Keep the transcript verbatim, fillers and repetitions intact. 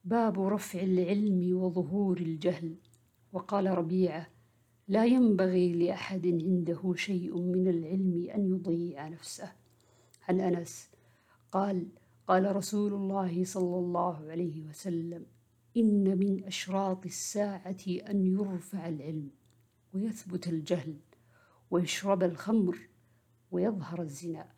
باب رفع العلم وظهور الجهل. وقال ربيعة: لا ينبغي لأحد عنده شيء من العلم أن يضيع نفسه. عن أنس قال: قال رسول الله صلى الله عليه وسلم: إن من أشراط الساعة أن يرفع العلم ويثبت الجهل ويشرب الخمر ويظهر الزنا.